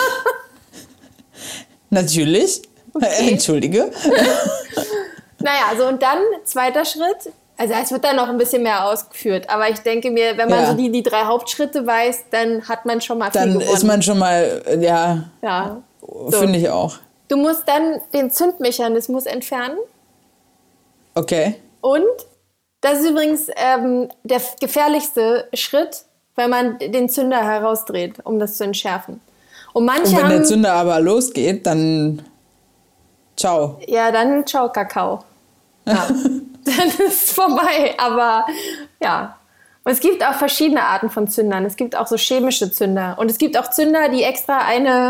Natürlich. Okay. Entschuldige. Naja, so und dann, zweiter Schritt. Also es wird dann noch ein bisschen mehr ausgeführt. Aber ich denke mir, wenn man so die 3 Hauptschritte weiß, dann hat man schon mal viel gewonnen. Dann ist man schon mal, ja so. Finde ich auch. Du musst dann den Zündmechanismus entfernen. Okay. Und das ist übrigens der gefährlichste Schritt, weil man den Zünder herausdreht, um das zu entschärfen. Und manche wenn haben, der Zünder aber losgeht, dann ciao. Ja, dann ciao, Kakao. Ja. Dann ist es vorbei. Aber ja. Und es gibt auch verschiedene Arten von Zündern. Es gibt auch so chemische Zünder. Und es gibt auch Zünder, die extra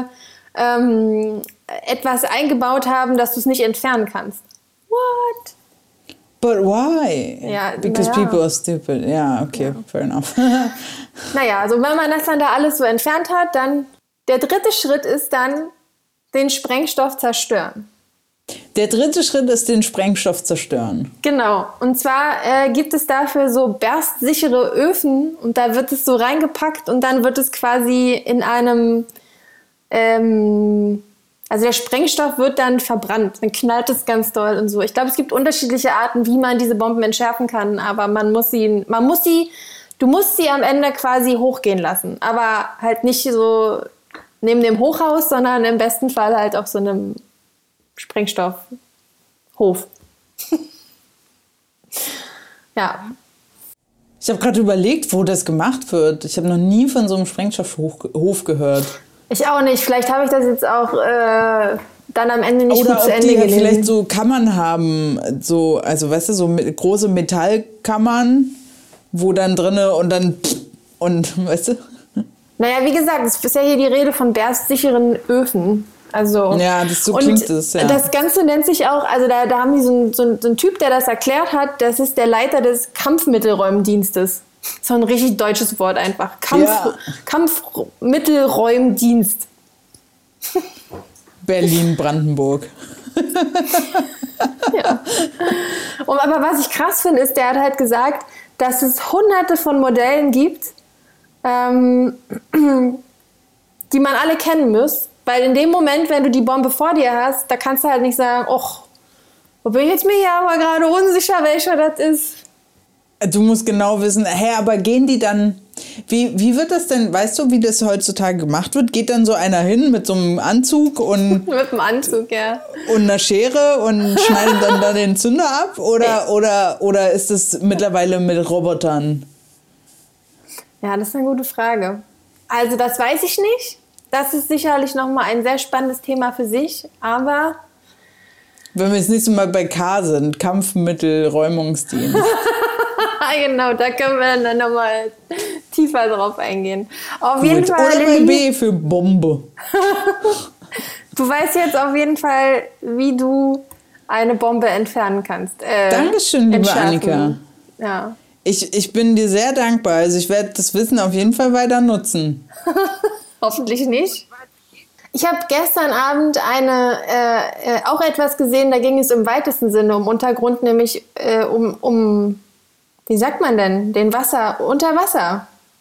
etwas eingebaut haben, dass du es nicht entfernen kannst. What? But why? Ja, Because people are stupid. Ja, okay, fair enough. Naja, also wenn man das dann da alles so entfernt hat, dann der dritte Schritt ist dann den Sprengstoff zerstören. Der dritte Schritt ist den Sprengstoff zerstören. Genau. Und zwar gibt es dafür so berstsichere Öfen und da wird es so reingepackt und dann wird es quasi in einem, also der Sprengstoff wird dann verbrannt. Dann knallt es ganz doll und so. Ich glaube, es gibt unterschiedliche Arten, wie man diese Bomben entschärfen kann, aber du musst sie am Ende quasi hochgehen lassen. Aber halt nicht so neben dem Hochhaus, sondern im besten Fall halt auf so einem Sprengstoffhof. Ja. Ich habe gerade überlegt, wo das gemacht wird. Ich habe noch nie von so einem Sprengstoffhof gehört. Ich auch nicht. Vielleicht habe ich das jetzt auch dann am Ende nicht Oder gut zu ob Ende die gelesen. vielleicht so Kammern haben, so, also weißt du, so große Metallkammern, wo dann drinne und weißt du? Naja, wie gesagt, es ist ja hier die Rede von berstsicheren Öfen. Also, ja, so klingt es, ja. Das Ganze nennt sich auch, also da haben die so einen Typ, der das erklärt hat, das ist der Leiter des Kampfmittelräumdienstes. So ein richtig deutsches Wort einfach. Kampfmittelräumdienst. Berlin-Brandenburg. Ja. Aber was ich krass finde, ist, der hat halt gesagt, dass es hunderte von Modellen gibt, die man alle kennen muss. Weil in dem Moment, wenn du die Bombe vor dir hast, da kannst du halt nicht sagen, och, wo bin ich jetzt mir hier aber gerade unsicher, welcher das ist. Du musst genau wissen, aber gehen die dann, wie wird das denn, weißt du, wie das heutzutage gemacht wird? Geht dann so einer hin mit so einem Anzug und mit einem Anzug, ja. Und einer Schere und schneidet dann da den Zünder ab? Oder ist es mittlerweile mit Robotern? Ja, das ist eine gute Frage. Also das weiß ich nicht. Das ist sicherlich nochmal ein sehr spannendes Thema für sich, aber... Wenn wir das nächste Mal bei K sind, Kampfmittelräumungsdienst. Genau, da können wir dann nochmal tiefer drauf eingehen. Auf jeden Fall, oder bei B für Bombe. Du weißt jetzt auf jeden Fall, wie du eine Bombe entfernen kannst. Dankeschön, liebe entschärfen. Annika. Ja. Ich bin dir sehr dankbar. Also ich werde das Wissen auf jeden Fall weiter nutzen. Hoffentlich nicht. Ich habe gestern Abend auch etwas gesehen, da ging es im weitesten Sinne um Untergrund, nämlich um wie sagt man denn, unter Wasser.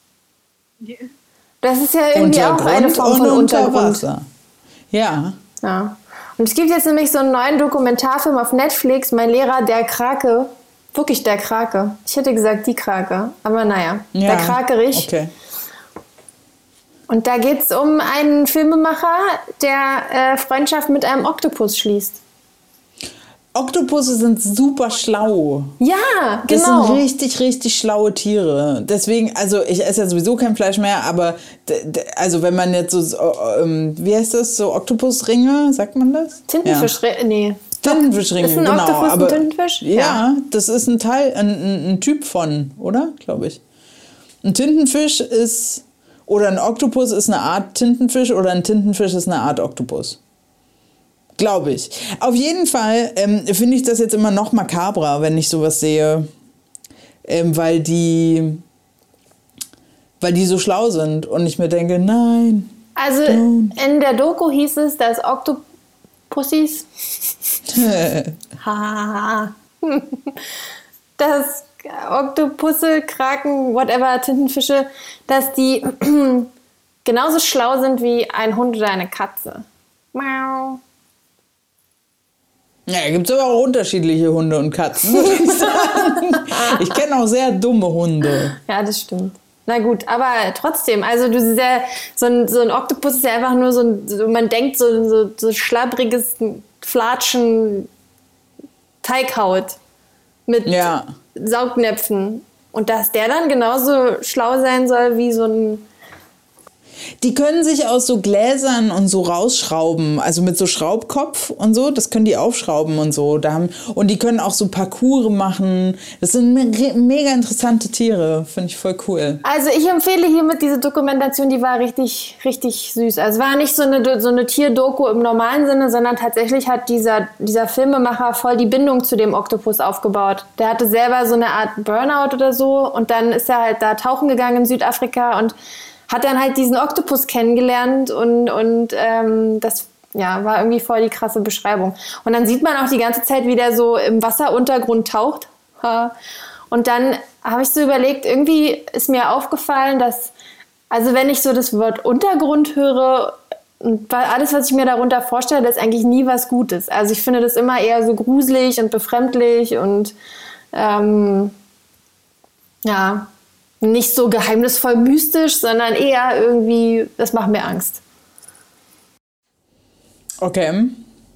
Das ist ja irgendwie auch eine Form von Untergrund. Ja. Ja. Und es gibt jetzt nämlich so einen neuen Dokumentarfilm auf Netflix, Mein Lehrer, der Krake. Wirklich der Krake. Ich hätte gesagt die Krake, aber naja, der Krakerich. Okay. Und da geht es um einen Filmemacher, der Freundschaft mit einem Oktopus schließt. Oktopusse sind super schlau. Ja, genau. Das sind richtig, richtig schlaue Tiere. Deswegen, also ich esse ja sowieso kein Fleisch mehr, aber also wenn man jetzt so, wie heißt das, so Oktopusringe, sagt man das? Tintenfischringe, nee. Tintenfischringe, ist ein genau. Oktopus ein Tintenfisch? Ja, das ist ein Teil, ein Typ von, oder? Glaube ich. Ein Tintenfisch ist, oder ein Oktopus ist eine Art Tintenfisch oder ein Tintenfisch ist eine Art Oktopus. Glaube ich. Auf jeden Fall finde ich das jetzt immer noch makabrer, wenn ich sowas sehe, weil die so schlau sind und ich mir denke, nein. Also in der Doku hieß es, dass Oktopussis dass Oktopusse, Kraken, whatever, Tintenfische, dass die genauso schlau sind wie ein Hund oder eine Katze. Miau. Ja, gibt es aber auch unterschiedliche Hunde und Katzen, würde ich sagen. Ich kenne auch sehr dumme Hunde. Ja, das stimmt. Na gut, aber trotzdem, also so ein Oktopus ist ja einfach nur man denkt so schlabbriges Flatschen Teighaut mit Saugnäpfen. Und dass der dann genauso schlau sein soll wie so ein... Die können sich aus so Gläsern und so rausschrauben, also mit so Schraubkopf und so, das können die aufschrauben und so. Und die können auch so Parcours machen. Das sind mega interessante Tiere, finde ich voll cool. Also ich empfehle hiermit diese Dokumentation, die war richtig, richtig süß. Also es war nicht so eine Tierdoku im normalen Sinne, sondern tatsächlich hat dieser Filmemacher voll die Bindung zu dem Oktopus aufgebaut. Der hatte selber so eine Art Burnout oder so und dann ist er halt da tauchen gegangen in Südafrika und hat dann halt diesen Oktopus kennengelernt und das war irgendwie voll die krasse Beschreibung. Und dann sieht man auch die ganze Zeit, wie der so im Wasseruntergrund taucht. Und dann habe ich so überlegt, irgendwie ist mir aufgefallen, dass, also wenn ich so das Wort Untergrund höre, und alles, was ich mir darunter vorstelle, ist eigentlich nie was Gutes. Also ich finde das immer eher so gruselig und befremdlich und nicht so geheimnisvoll mystisch, sondern eher irgendwie, das macht mir Angst. Okay.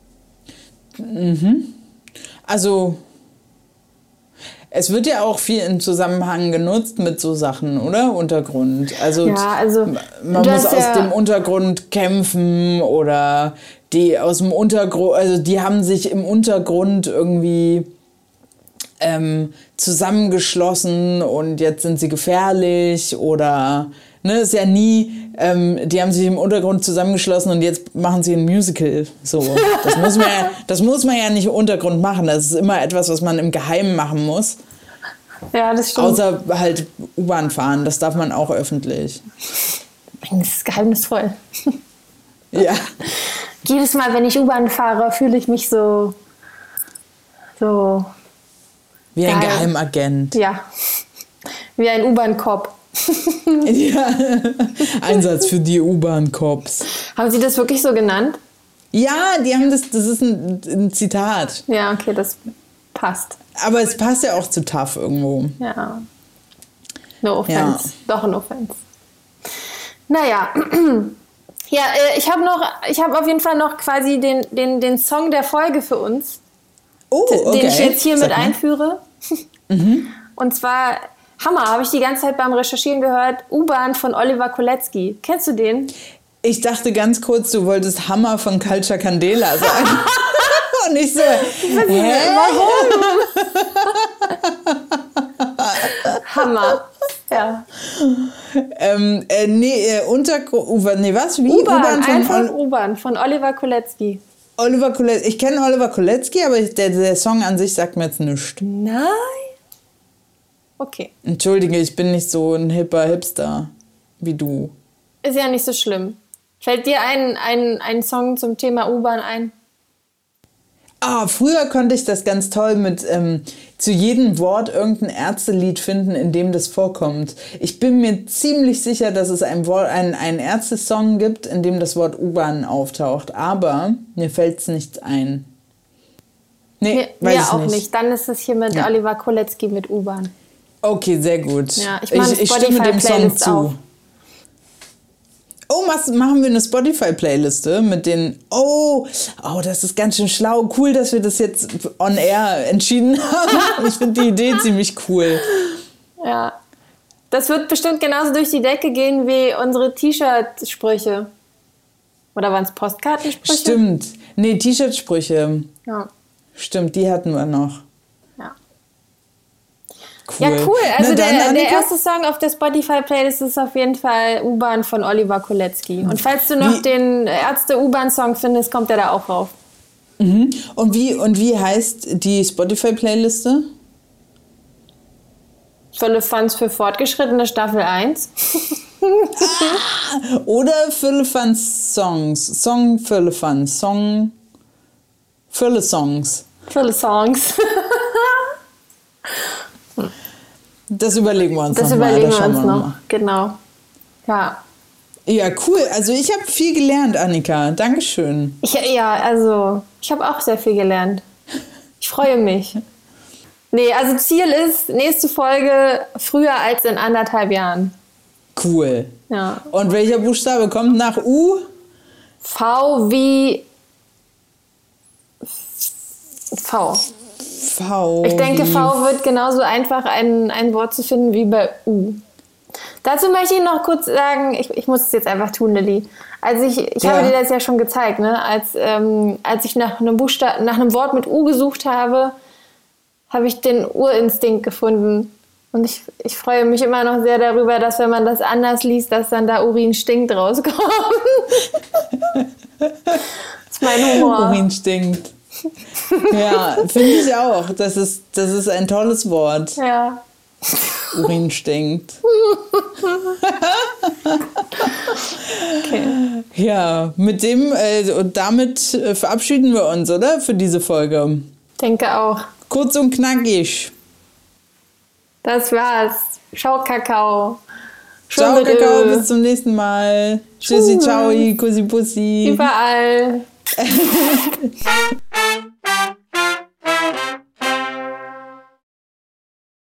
Also, es wird ja auch viel im Zusammenhang genutzt mit so Sachen, oder? Untergrund. Also, man muss aus dem Untergrund kämpfen oder die aus dem Untergrund, also die haben sich im Untergrund irgendwie zusammengeschlossen und jetzt sind sie gefährlich oder ist ja nie, die haben sich im Untergrund zusammengeschlossen und jetzt machen sie ein Musical. So, das muss man ja nicht im Untergrund machen. Das ist immer etwas, was man im Geheimen machen muss. Ja, das stimmt. Außer halt U-Bahn fahren, das darf man auch öffentlich. Das ist geheimnisvoll. Ja. Jedes Mal, wenn ich U-Bahn fahre, fühle ich mich so wie ein Geheimagent. Ja, wie ein U-Bahn-Cop. Ja. Einsatz für die U-Bahn-Cops. Haben Sie das wirklich so genannt? Ja, die haben das ist ein Zitat. Ja, okay, das passt. Aber es passt ja auch zu tough irgendwo. Ja. No offense. Ja. Doch ein Offense. Naja. Ja, ich habe auf jeden Fall noch quasi den Song der Folge für uns. Oh, okay. Den ich jetzt hier mit einführe. Und zwar, Hammer, habe ich die ganze Zeit beim Recherchieren gehört, U-Bahn von Oliver Kolecki. Kennst du den? Ich dachte ganz kurz, du wolltest Hammer von Culture Candela sagen. Und ich so, hä? Warum? Hammer. Ja. U-Bahn von Oliver Kolecki. Oliver Kolecki. Ich kenne Oliver Kolecki, aber der Song an sich sagt mir jetzt nichts. Nein? Okay. Entschuldige, ich bin nicht so ein hipper Hipster wie du. Ist ja nicht so schlimm. Fällt dir ein Song zum Thema U-Bahn ein? Früher konnte ich das ganz toll mit zu jedem Wort irgendein Ärztelied finden, in dem das vorkommt. Ich bin mir ziemlich sicher, dass es einen Ärzte-Song gibt, in dem das Wort U-Bahn auftaucht. Aber mir fällt es nicht ein. Nee, weiß ich auch nicht. Dann ist es hier mit Oliver Kolecki mit U-Bahn. Okay, sehr gut. Ja, ich stimme dem Song zu. Auf. Oh, machen wir eine Spotify-Playliste mit den... Oh, das ist ganz schön schlau. Cool, dass wir das jetzt on air entschieden haben. Ich finde die Idee ziemlich cool. Ja. Das wird bestimmt genauso durch die Decke gehen wie unsere T-Shirt-Sprüche. Oder waren es Postkartensprüche? Stimmt. Nee, T-Shirt-Sprüche. Ja. Stimmt, die hatten wir noch. Ja. Cool. Ja, cool. Also der erste Song auf der Spotify-Playlist ist auf jeden Fall U-Bahn von Oliver Kolecki. Und falls du noch den Ärzte-U-Bahn-Song findest, kommt der da auch rauf. Mhm. Und wie heißt die Spotify-Playliste? Firlefanz für Fortgeschrittene Staffel 1. Oder Firlefanz Songs. Song Firlefanz. Song Firle Songs. Firle Songs. Das überlegen wir uns noch. Das überlegen wir uns noch. Genau. Ja. Ja, cool. Also ich habe viel gelernt, Annika. Dankeschön. Ich habe auch sehr viel gelernt. Ich freue mich. Nee, also Ziel ist, nächste Folge früher als in 1,5 Jahren. Cool. Ja. Und welcher Buchstabe kommt nach U? V wie... V. V. Ich denke, V wird genauso einfach ein Wort zu finden wie bei U. Dazu möchte ich noch kurz sagen, ich muss es jetzt einfach tun, Lilly. Also ich habe dir das ja schon gezeigt, ne? Als ich nach einem Wort mit U gesucht habe, habe ich den Urinstinkt gefunden. Und ich freue mich immer noch sehr darüber, dass wenn man das anders liest, dass dann da Urin stinkt rauskommt. Das ist mein Humor. Urin stinkt. Ja, finde ich auch. Das ist ein tolles Wort. Ja. Urin stinkt. Okay. Ja, mit dem und damit verabschieden wir uns, oder? Für diese Folge. Denke auch. Kurz und knackig. Das war's. Ciao, Kakao. Ciao, Kakao. Bis zum nächsten Mal. Tschüssi, ciao, kussi, pussi. Überall.